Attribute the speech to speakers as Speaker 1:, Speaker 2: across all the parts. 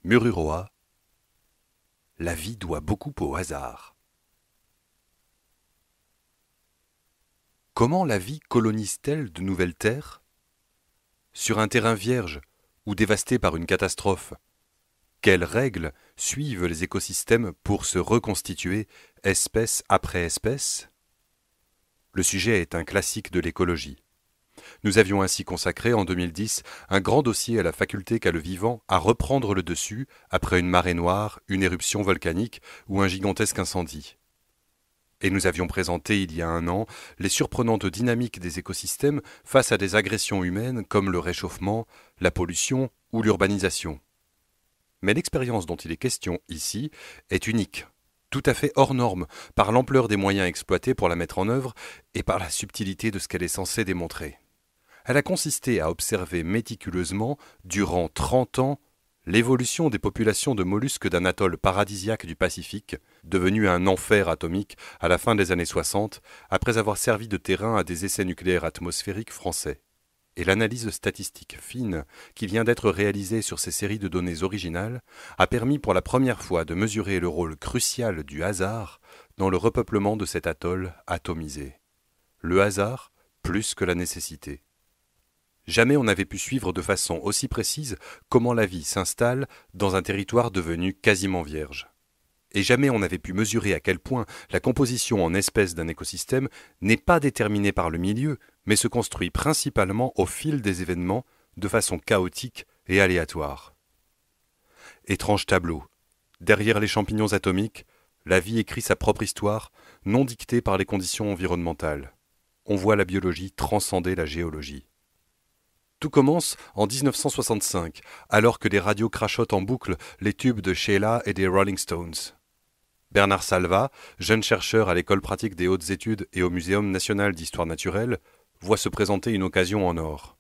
Speaker 1: Mururoa, la vie doit beaucoup au hasard. Comment la vie colonise-t-elle de nouvelles terres ? Sur un terrain vierge ou dévasté par une catastrophe, quelles règles suivent les écosystèmes pour se reconstituer espèce après espèce ? Le sujet est un classique de l'écologie. Nous avions ainsi consacré en 2010 un grand dossier à la faculté qu'a le vivant à reprendre le dessus après une marée noire, une éruption volcanique ou un gigantesque incendie. Et nous avions présenté il y a un an les surprenantes dynamiques des écosystèmes face à des agressions humaines comme le réchauffement, la pollution ou l'urbanisation. Mais l'expérience dont il est question ici est unique, tout à fait hors norme, par l'ampleur des moyens exploités pour la mettre en œuvre et par la subtilité de ce qu'elle est censée démontrer. Elle a consisté à observer méticuleusement, durant 30 ans, l'évolution des populations de mollusques d'un atoll paradisiaque du Pacifique, devenu un enfer atomique à la fin des années 60, après avoir servi de terrain à des essais nucléaires atmosphériques français. Et l'analyse statistique fine qui vient d'être réalisée sur ces séries de données originales a permis pour la première fois de mesurer le rôle crucial du hasard dans le repeuplement de cet atoll atomisé. Le hasard plus que la nécessité. Jamais on n'avait pu suivre de façon aussi précise comment la vie s'installe dans un territoire devenu quasiment vierge. Et jamais on n'avait pu mesurer à quel point la composition en espèces d'un écosystème n'est pas déterminée par le milieu, mais se construit principalement au fil des événements de façon chaotique et aléatoire. Étrange tableau. Derrière les champignons atomiques, la vie écrit sa propre histoire, non dictée par les conditions environnementales. On voit la biologie transcender la géologie. Tout commence en 1965, alors que les radios crachotent en boucle les tubes de Sheila et des Rolling Stones. Bernard Salva, jeune chercheur à l'École pratique des hautes études et au Muséum national d'histoire naturelle, voit se présenter une occasion en or.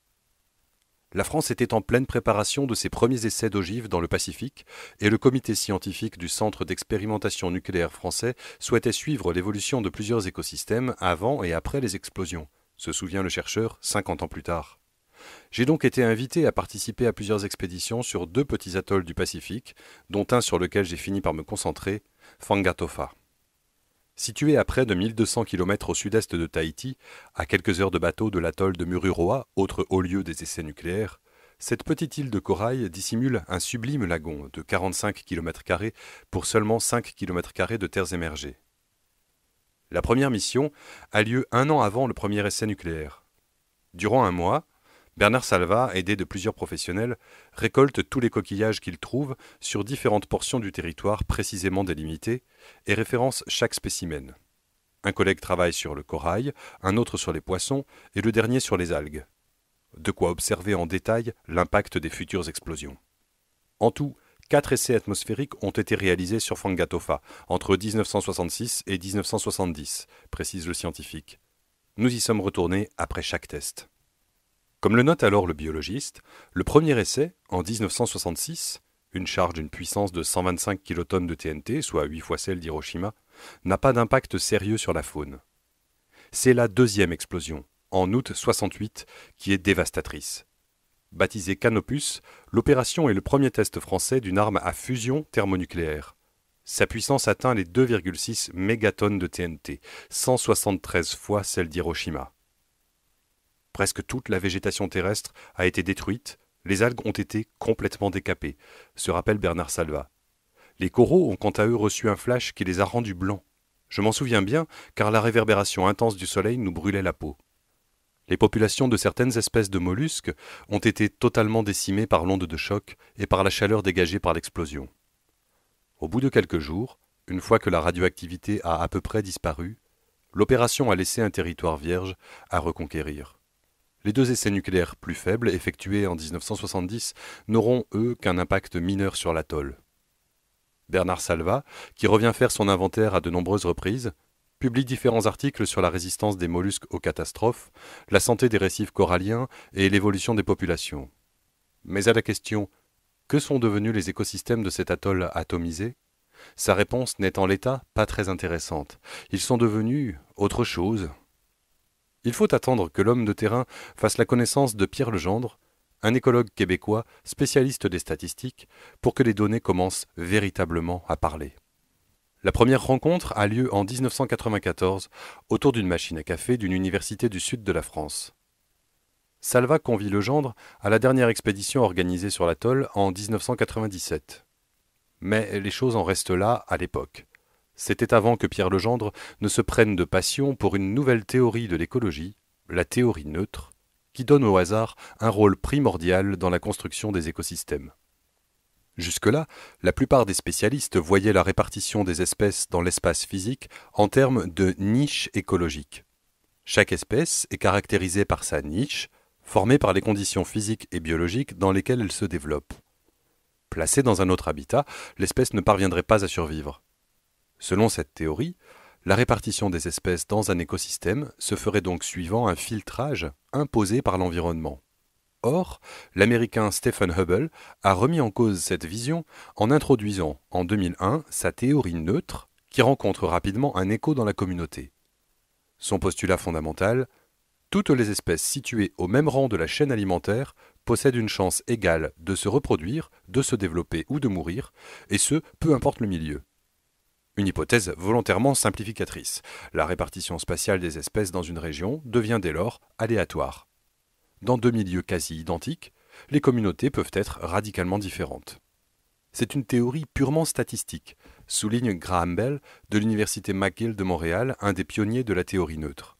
Speaker 1: La France était en pleine préparation de ses premiers essais d'ogives dans le Pacifique et le comité scientifique du Centre d'expérimentation nucléaire français souhaitait suivre l'évolution de plusieurs écosystèmes avant et après les explosions, se souvient le chercheur 50 ans plus tard. J'ai donc été invité à participer à plusieurs expéditions sur 2 petits atolls du Pacifique, dont un sur lequel j'ai fini par me concentrer, Fangatofa. Situé à près de 1200 km au sud-est de Tahiti, à quelques heures de bateau de l'atoll de Mururoa, autre haut lieu des essais nucléaires, cette petite île de corail dissimule un sublime lagon de 45 km² pour seulement 5 km² de terres émergées. La première mission a lieu 1 an avant le premier essai nucléaire. Durant un mois, Bernard Salva, aidé de plusieurs professionnels, récolte tous les coquillages qu'il trouve sur différentes portions du territoire précisément délimitées et référence chaque spécimen. Un collègue travaille sur le corail, un autre sur les poissons et le dernier sur les algues. De quoi observer en détail l'impact des futures explosions. En tout, 4 essais atmosphériques ont été réalisés sur Fangatofa entre 1966 et 1970, précise le scientifique. Nous y sommes retournés après chaque test. Comme le note alors le biologiste, le premier essai, en 1966, une charge d'une puissance de 125 kilotonnes de TNT, soit 8 fois celle d'Hiroshima, n'a pas d'impact sérieux sur la faune. C'est la deuxième explosion, en août 68, qui est dévastatrice. Baptisée Canopus, l'opération est le premier test français d'une arme à fusion thermonucléaire. Sa puissance atteint les 2,6 mégatonnes de TNT, 173 fois celle d'Hiroshima. Presque toute la végétation terrestre a été détruite, les algues ont été complètement décapées, se rappelle Bernard Salva. Les coraux ont quant à eux reçu un flash qui les a rendus blancs. Je m'en souviens bien, car la réverbération intense du soleil nous brûlait la peau. Les populations de certaines espèces de mollusques ont été totalement décimées par l'onde de choc et par la chaleur dégagée par l'explosion. Au bout de quelques jours, une fois que la radioactivité a à peu près disparu, l'opération a laissé un territoire vierge à reconquérir. Les 2 essais nucléaires plus faibles, effectués en 1970, n'auront, eux, qu'un impact mineur sur l'atoll. Bernard Salva, qui revient faire son inventaire à de nombreuses reprises, publie différents articles sur la résistance des mollusques aux catastrophes, la santé des récifs coralliens et l'évolution des populations. Mais à la question « Que sont devenus les écosystèmes de cet atoll atomisé ?», sa réponse n'est en l'état pas très intéressante. Ils sont devenus autre chose. Il faut attendre que l'homme de terrain fasse la connaissance de Pierre Legendre, un écologue québécois spécialiste des statistiques, pour que les données commencent véritablement à parler. La première rencontre a lieu en 1994 autour d'une machine à café d'une université du sud de la France. Salva convie Legendre à la dernière expédition organisée sur l'atoll en 1997. Mais les choses en restent là à l'époque. C'était avant que Pierre Legendre ne se prenne de passion pour une nouvelle théorie de l'écologie, la théorie neutre, qui donne au hasard un rôle primordial dans la construction des écosystèmes. Jusque-là, la plupart des spécialistes voyaient la répartition des espèces dans l'espace physique en termes de niche écologique. Chaque espèce est caractérisée par sa niche, formée par les conditions physiques et biologiques dans lesquelles elle se développe. Placée dans un autre habitat, l'espèce ne parviendrait pas à survivre. Selon cette théorie, la répartition des espèces dans un écosystème se ferait donc suivant un filtrage imposé par l'environnement. Or, l'Américain Stephen Hubble a remis en cause cette vision en introduisant en 2001 sa théorie neutre qui rencontre rapidement un écho dans la communauté. Son postulat fondamental: toutes les espèces situées au même rang de la chaîne alimentaire possèdent une chance égale de se reproduire, de se développer ou de mourir, et ce, peu importe le milieu. Une hypothèse volontairement simplificatrice. La répartition spatiale des espèces dans une région devient dès lors aléatoire. Dans deux milieux quasi identiques, les communautés peuvent être radicalement différentes. C'est une théorie purement statistique, souligne Graham Bell de l'Université McGill de Montréal, un des pionniers de la théorie neutre.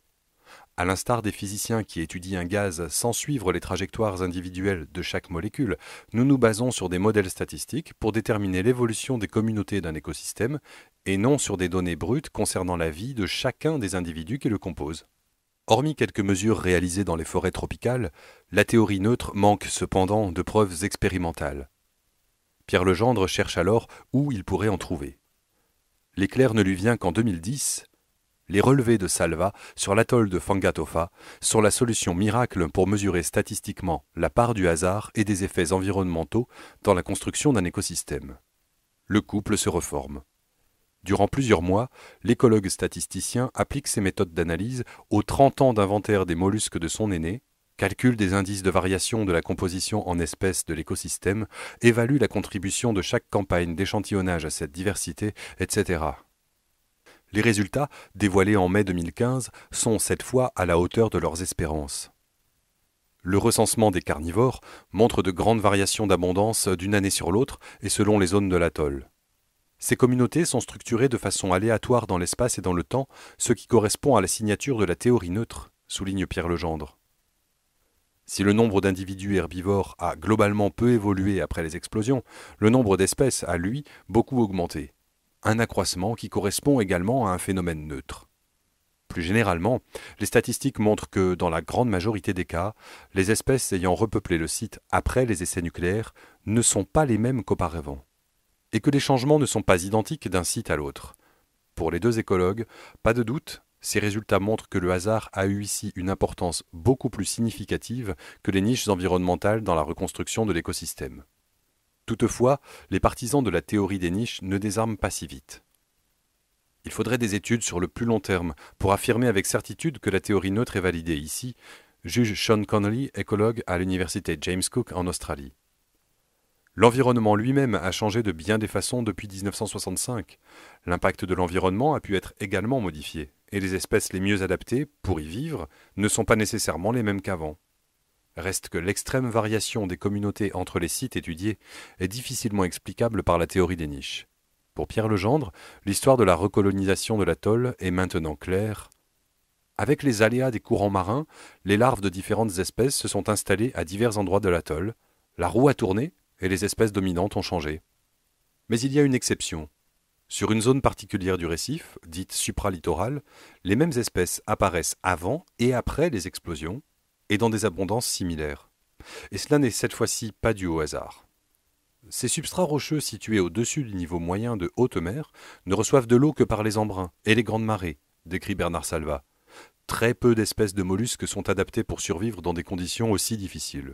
Speaker 1: À l'instar des physiciens qui étudient un gaz sans suivre les trajectoires individuelles de chaque molécule, nous nous basons sur des modèles statistiques pour déterminer l'évolution des communautés d'un écosystème et non sur des données brutes concernant la vie de chacun des individus qui le composent. Hormis quelques mesures réalisées dans les forêts tropicales, la théorie neutre manque cependant de preuves expérimentales. Pierre Legendre cherche alors où il pourrait en trouver. L'éclair ne lui vient qu'en 2010. Les relevés de Salva sur l'atoll de Fangatofa sont la solution miracle pour mesurer statistiquement la part du hasard et des effets environnementaux dans la construction d'un écosystème. Le couple se reforme. Durant plusieurs mois, l'écologue statisticien applique ses méthodes d'analyse aux 30 ans d'inventaire des mollusques de son aîné, calcule des indices de variation de la composition en espèces de l'écosystème, évalue la contribution de chaque campagne d'échantillonnage à cette diversité, etc. Les résultats, dévoilés en mai 2015, sont cette fois à la hauteur de leurs espérances. Le recensement des carnivores montre de grandes variations d'abondance d'une année sur l'autre et selon les zones de l'atoll. Ces communautés sont structurées de façon aléatoire dans l'espace et dans le temps, ce qui correspond à la signature de la théorie neutre, souligne Pierre Legendre. Si le nombre d'individus herbivores a globalement peu évolué après les explosions, le nombre d'espèces a, lui, beaucoup augmenté. Un accroissement qui correspond également à un phénomène neutre. Plus généralement, les statistiques montrent que, dans la grande majorité des cas, les espèces ayant repeuplé le site après les essais nucléaires ne sont pas les mêmes qu'auparavant, et que les changements ne sont pas identiques d'un site à l'autre. Pour les deux écologues, pas de doute, ces résultats montrent que le hasard a eu ici une importance beaucoup plus significative que les niches environnementales dans la reconstruction de l'écosystème. Toutefois, les partisans de la théorie des niches ne désarment pas si vite. Il faudrait des études sur le plus long terme pour affirmer avec certitude que la théorie neutre est validée ici, juge Sean Connolly, écologue à l'université James Cook en Australie. L'environnement lui-même a changé de bien des façons depuis 1965. L'impact de l'environnement a pu être également modifié, et les espèces les mieux adaptées pour y vivre ne sont pas nécessairement les mêmes qu'avant. Reste que l'extrême variation des communautés entre les sites étudiés est difficilement explicable par la théorie des niches. Pour Pierre Legendre, l'histoire de la recolonisation de l'atoll est maintenant claire. Avec les aléas des courants marins, les larves de différentes espèces se sont installées à divers endroits de l'atoll. La roue a tourné et les espèces dominantes ont changé. Mais il y a une exception. Sur une zone particulière du récif, dite supralittorale, les mêmes espèces apparaissent avant et après les explosions, et dans des abondances similaires. Et cela n'est cette fois-ci pas dû au hasard. Ces substrats rocheux situés au-dessus du niveau moyen de haute mer ne reçoivent de l'eau que par les embruns et les grandes marées, décrit Bernard Salva. Très peu d'espèces de mollusques sont adaptées pour survivre dans des conditions aussi difficiles.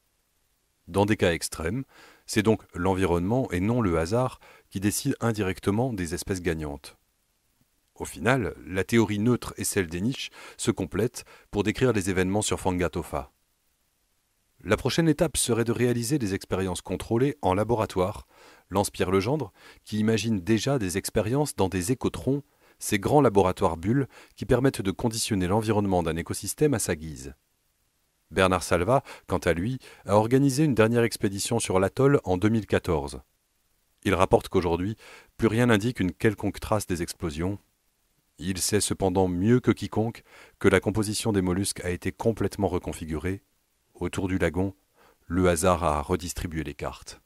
Speaker 1: Dans des cas extrêmes, c'est donc l'environnement et non le hasard qui décide indirectement des espèces gagnantes. Au final, la théorie neutre et celle des niches se complètent pour décrire les événements sur Fangatofa. La prochaine étape serait de réaliser des expériences contrôlées en laboratoire, lance Pierre Legendre, qui imagine déjà des expériences dans des écotrons, ces grands laboratoires bulles qui permettent de conditionner l'environnement d'un écosystème à sa guise. Bernard Salva, quant à lui, a organisé une dernière expédition sur l'atoll en 2014. Il rapporte qu'aujourd'hui, plus rien n'indique une quelconque trace des explosions. Il sait cependant mieux que quiconque que la composition des mollusques a été complètement reconfigurée. Autour du lagon, le hasard a redistribué les cartes.